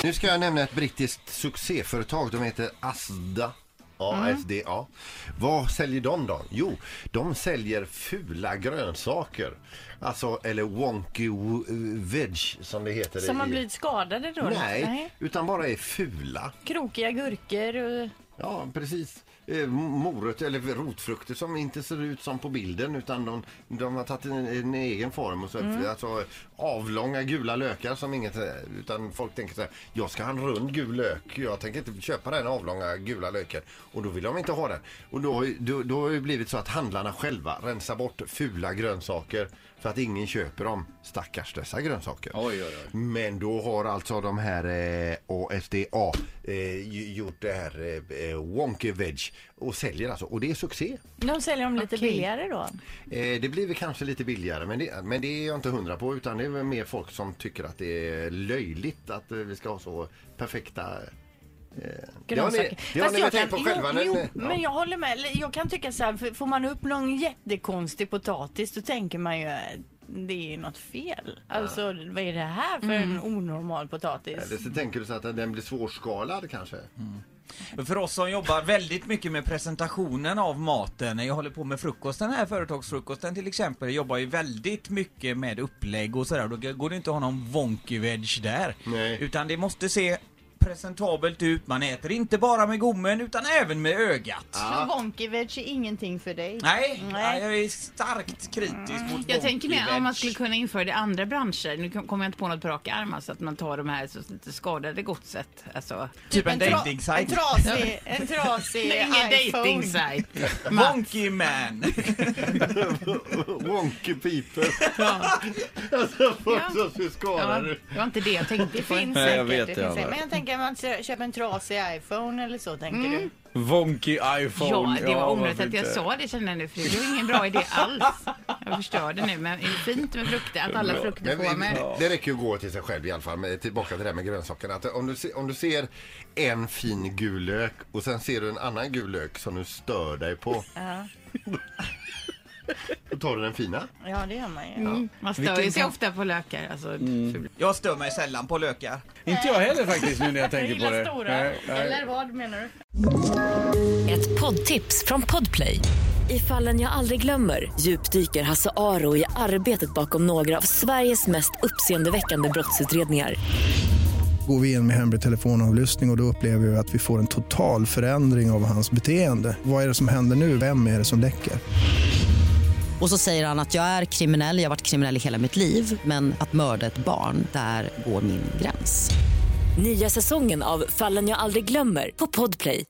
Nu ska jag nämna ett brittiskt succéföretag. De heter Asda. ASDA. Vad säljer de då? Jo, de säljer fula grönsaker. Alltså, eller wonky veg som det heter. Som har blivit skadade då? Nej, utan bara är fula. Krokiga gurkor och... Ja, precis. Morot eller rotfrukter som inte ser ut som på bilden, utan de har tagit en egen form och så, alltså avlånga gula lökar som inget, utan folk tänker så här: jag ska ha en rund gul lök, jag tänker inte köpa den avlånga gula löken, och då vill de inte ha den, och då har det blivit så att handlarna själva rensar bort fula grönsaker för att ingen köper dem, stackars dessa grönsaker. Oj. Men då har alltså de här ASDA gjort det här wonky veg och säljer alltså, och det är succé. De säljer dem lite billigare då? Det blir väl kanske lite billigare, men det är jag inte 100 på, utan det är väl mer folk som tycker att det är löjligt att vi ska ha så perfekta grönsaker. Det har ni tänkt på själva. Men jag håller med. Jag kan tycka så här, får man upp någon jättekonstig potatis, då tänker man ju det är något fel. Alltså, vad är det här för en onormal potatis? Eller så tänker du så att den blir svårskalad kanske. För oss som jobbar väldigt mycket med presentationen av maten, jag håller på med frukosten här, företagsfrukosten till exempel, jobbar ju väldigt mycket med upplägg och sådär, då går det inte att ha någon wonky veg där. Nej. Utan det måste se presentabelt ut, man äter inte bara med gommen utan även med ögat. Så wonky veg är ingenting för dig? Nej. Jag är starkt kritisk mot jag tänker mer om man skulle kunna införa det i andra branscher. Nu kommer jag inte på något på rak arm, alltså att man tar de här så lite skadade godset. Alltså. Typ en dating-sajt. En trasig ingen dating-sajt. Wonky man. Wonky people. Alltså folk som ser skadade. Det var inte det jag tänkte på. Det finns säkert. Men jag tänker att man köper en trasig iPhone eller så, tänker du? Wonky iPhone. Ja, det var onödigt att jag sa det, känner jag nu, för det var ingen bra idé alls. Jag förstår det nu, men det är fint med frukter, att alla frukter får med. Det räcker ju att gå till sig själv i alla fall, men tillbaka till det här med grönsakerna. Att om du ser en fin gul lök och sen ser du en annan gul lök som du stör dig på. Ja. Då tar du den fina. Ja, det gör man ju. Man stör sig ofta på lökar. Alltså, jag stör mig sällan på lökar. Inte jag heller faktiskt, nu när jag tänker på det. Stora. Eller vad menar du? Ett poddtips från Podplay. I Fallen jag aldrig glömmer djupdyker Hasse Aro i arbetet bakom några av Sveriges mest uppseendeväckande brottsutredningar. Går vi in med hemlig telefonavlyssning och då upplever vi att vi får en total förändring av hans beteende. Vad är det som händer nu? Vem är det som läcker? Och så säger han att jag är kriminell, jag har varit kriminell i hela mitt liv, men att mörda ett barn, där går min gräns. Nya säsongen av Fallen jag aldrig glömmer på Podplay.